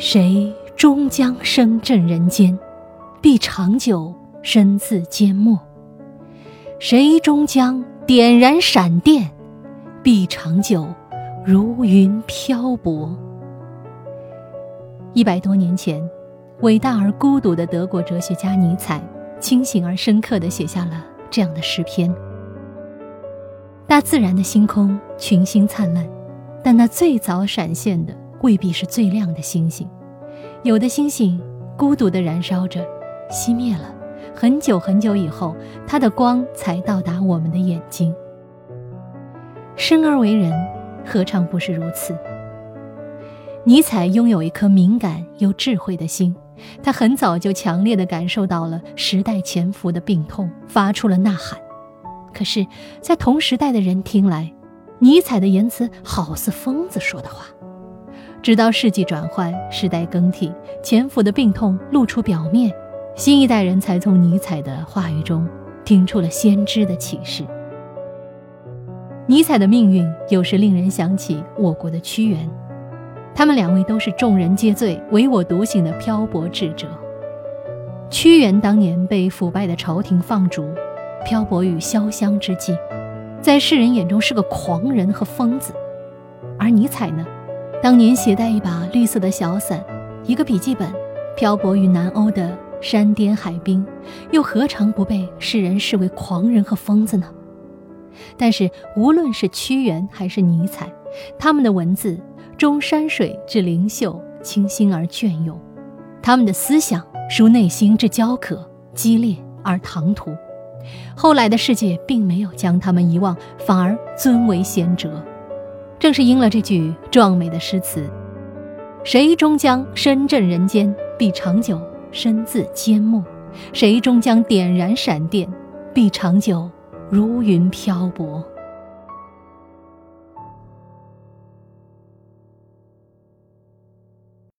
谁终将声震人间，必长久身自缄默。谁终将点燃闪电，必长久如云漂泊。100多年前，伟大而孤独的德国哲学家尼采清醒而深刻地写下了这样的诗篇：大自然的星空群星灿烂，但那最早闪现的未必是最亮的星星，有的星星孤独地燃烧着，熄灭了，很久很久以后，它的光才到达我们的眼睛。生而为人，何尝不是如此？尼采拥有一颗敏感又智慧的心，他很早就强烈地感受到了时代潜伏的病痛，发出了呐喊。可是在同时代的人听来，尼采的言辞好似疯子说的话。直到世纪转换，时代更替，潜伏的病痛露出表面，新一代人才从尼采的话语中听出了先知的启示。尼采的命运有时令人想起我国的屈原，他们两位都是众人皆醉唯我独醒的漂泊智者。屈原当年被腐败的朝廷放逐，漂泊于潇湘之际，在世人眼中是个狂人和疯子。而尼采呢，当年携带一把绿色的小伞，一个笔记本，漂泊于南欧的山巅海滨，又何尝不被世人视为狂人和疯子呢？但是无论是屈原还是尼采，他们的文字中山水之灵秀，清新而隽永，他们的思想抒内心之焦渴，激烈而唐突。后来的世界并没有将他们遗忘，反而尊为贤哲。正是因了这句壮美的诗词：谁终将声震人间，必长久身自缄默。谁终将点燃闪电，必长久如云漂泊。